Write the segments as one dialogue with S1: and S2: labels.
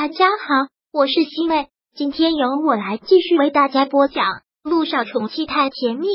S1: 大家好，我是西妹，今天由我来继续为大家播讲《陆少宠妻太甜蜜》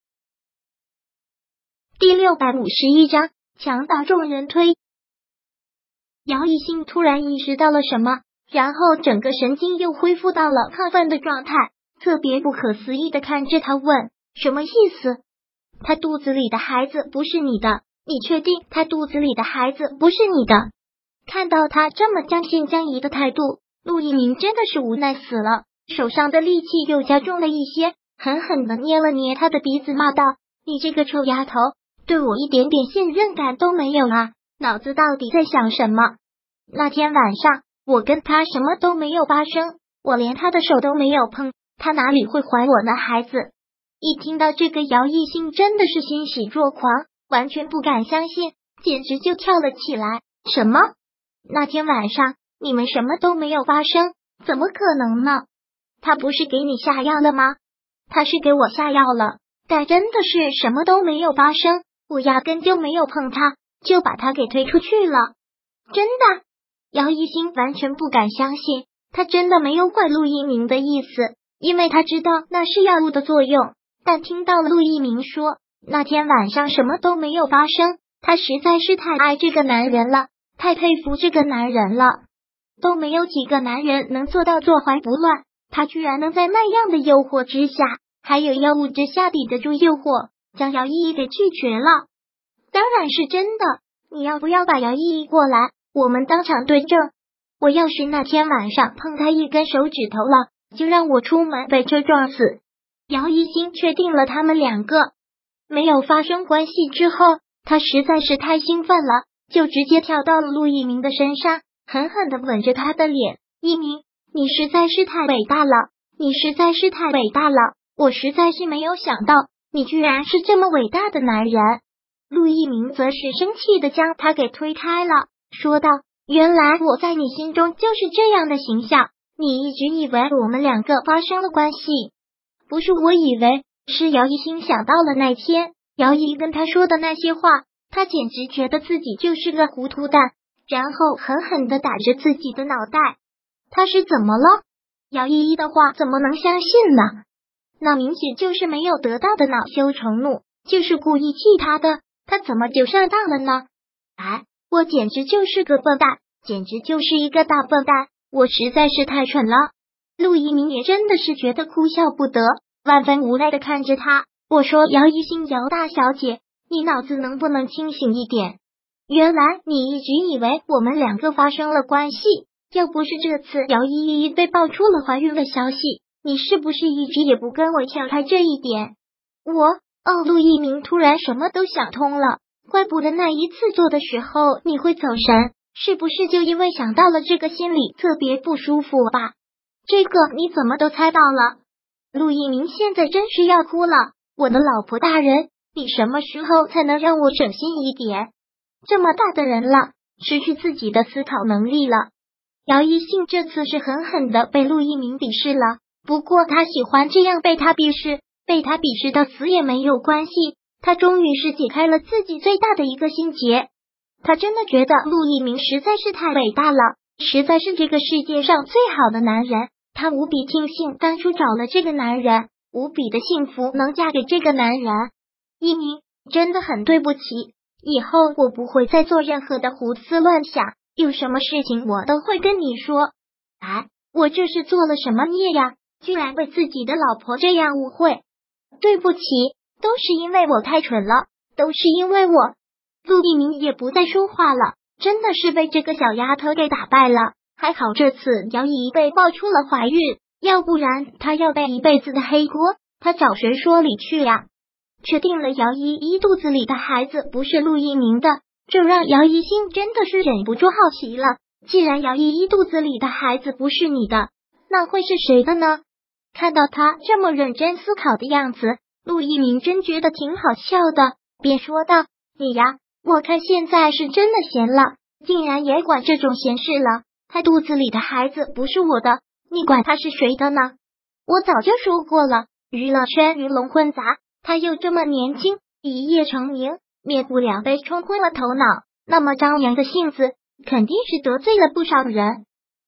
S1: 第651章，墙倒众人推。姚一兴突然意识到了什么，然后整个神经又恢复到了亢奋的状态，特别不可思议的看着他问：什么意思？他肚子里的孩子不是你的，你确定他肚子里的孩子不是你的？看到他这么将信将疑的态度，陆一鸣真的是无奈死了，手上的力气又加重了一些，狠狠地捏了捏他的鼻子，骂道：你这个臭丫头，对我一点点信任感都没有啊，脑子到底在想什么？那天晚上我跟他什么都没有发生，我连他的手都没有碰，他哪里会怀我的孩子？一听到这个，姚一兴真的是欣喜若狂，完全不敢相信，简直就跳了起来。什么？那天晚上你们什么都没有发生？怎么可能呢？他不是给你下药了吗？他是给我下药了，但真的是什么都没有发生，我压根就没有碰他，就把他给推出去了。真的？姚一兴完全不敢相信，他真的没有怪陆一鸣的意思，因为他知道那是药物的作用，但听到了陆一鸣说那天晚上什么都没有发生，他实在是太爱这个男人了，太佩服这个男人了，都没有几个男人能做到坐怀不乱，他居然能在那样的诱惑之下，还有药物之下抵得住诱惑，将姚依依给拒绝了。当然是真的，你要不要把姚依依过来，我们当场对证。我要是那天晚上碰他一根手指头了，就让我出门被车撞死。姚一兴确定了他们两个没有发生关系之后，他实在是太兴奋了，就直接跳到了陆一鸣的身上，狠狠地吻着他的脸。一鸣，你实在是太伟大了，你实在是太伟大了，我实在是没有想到你居然是这么伟大的男人。陆一鸣则是生气地将他给推开了，说道：原来我在你心中就是这样的形象，你一直以为我们两个发生了关系。不是我以为，是姚一兴想到了那天姚依跟他说的那些话，他简直觉得自己就是个糊涂蛋，然后狠狠地打着自己的脑袋。他是怎么了？姚依依的话怎么能相信呢？那明显就是没有得到的恼羞成怒，就是故意气他的，他怎么就上当了呢？哎，我简直就是个笨蛋，简直就是一个大笨蛋，我实在是太蠢了。陆一鸣也真的是觉得哭笑不得，万分无奈地看着他。我说姚一兴，姚大小姐，你脑子能不能清醒一点？原来你一直以为我们两个发生了关系，要不是这次姚依依被爆出了怀孕的消息，你是不是一直也不跟我撬开这一点？陆一鸣突然什么都想通了，怪不得那一次做的时候你会走神，是不是就因为想到了这个心里特别不舒服吧？这个你怎么都猜到了？陆一鸣现在真是要哭了，我的老婆大人，你什么时候才能让我省心一点？这么大的人了，失去自己的思考能力了。姚一兴这次是狠狠的被陆一鸣鄙视了，不过他喜欢这样被他鄙视，被他鄙视到死也没有关系，他终于是解开了自己最大的一个心结。他真的觉得陆一鸣实在是太伟大了，实在是这个世界上最好的男人，他无比庆幸当初找了这个男人，无比的幸福能嫁给这个男人。一鸣，真的很对不起，以后我不会再做任何的胡思乱想，有什么事情我都会跟你说。哎，我这是做了什么孽呀？居然被自己的老婆这样误会。对不起，都是因为我太蠢了，都是因为我。陆一鸣也不再说话了，真的是被这个小丫头给打败了。还好这次姚依依被爆出了怀孕，要不然她要背一辈子的黑锅，她找谁说理去呀？确定了姚依依肚子里的孩子不是陆一鸣的，这让姚一兴真的是忍不住好奇了。既然姚依依肚子里的孩子不是你的，那会是谁的呢？看到他这么认真思考的样子，陆一鸣真觉得挺好笑的，便说道：你呀，我看现在是真的闲了，竟然也管这种闲事了。他肚子里的孩子不是我的，你管他是谁的呢？我早就说过了，娱乐圈鱼龙混杂，他又这么年轻，一夜成名，免不了被冲昏了头脑，那么张扬的性子肯定是得罪了不少人。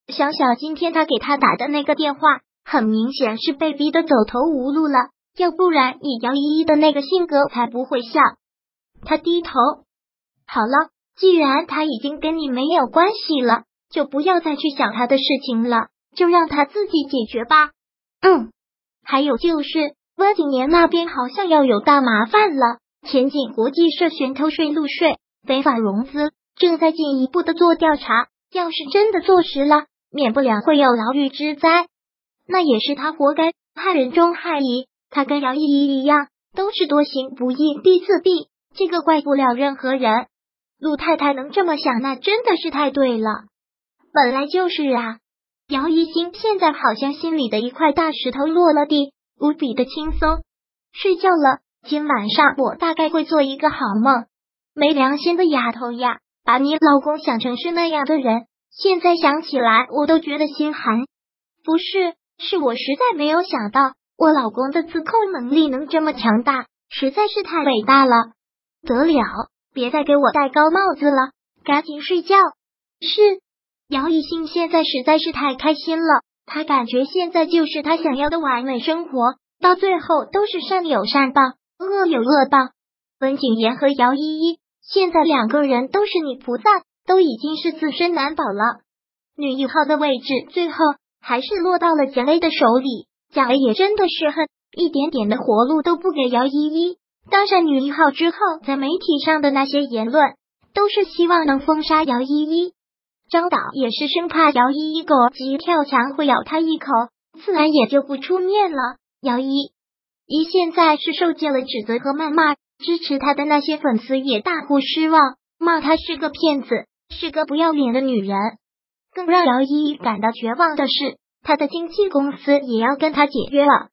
S1: 想想今天他给他打的那个电话，很明显是被逼得走投无路了，要不然以姚依依的那个性格才不会笑。他低头，好了，既然他已经跟你没有关系了，就不要再去想他的事情了，就让他自己解决吧。还有就是温景言那边好像要有大麻烦了，前景国际涉嫌偷税漏税、非法融资，正在进一步的做调查，要是真的坐实了，免不了会有牢狱之灾。那也是他活该，害人中害己，他跟姚依依一样，都是多行不义必自毙，这个怪不了任何人。陆太太能这么想，那真的是太对了。本来就是啊。姚一星现在好像心里的一块大石头落了地，无比的轻松。睡觉了，今晚上我大概会做一个好梦。没良心的丫头呀，把你老公想成是那样的人，现在想起来我都觉得心寒。不是，是我实在没有想到我老公的自控能力能这么强大，实在是太伟大了。得了，别再给我戴高帽子了，赶紧睡觉。是。姚一星现在实在是太开心了，他感觉现在就是他想要的完美生活，到最后都是善有善报，恶有恶报。温景言和姚依依现在两个人都是女菩萨，都已经是自身难保了。女一号的位置最后还是落到了蒋 A 的手里，蒋 A 也真的是恨，一点点的活路都不给姚依依。当上女一号之后，在媒体上的那些言论都是希望能封杀姚依依。张导也是生怕姚依依狗急跳墙会咬他一口，自然也就不出面了。姚依依现在是受尽了指责和谩骂，支持他的那些粉丝也大呼失望，骂他是个骗子，是个不要脸的女人。更让姚依依感到绝望的是，他的经纪公司也要跟他解约了。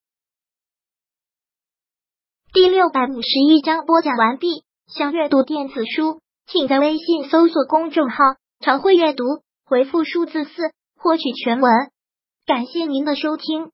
S1: 第651章播讲完毕。想阅读电子书，请在微信搜索公众号常会阅读，回复数字4获取全文。感谢您的收听。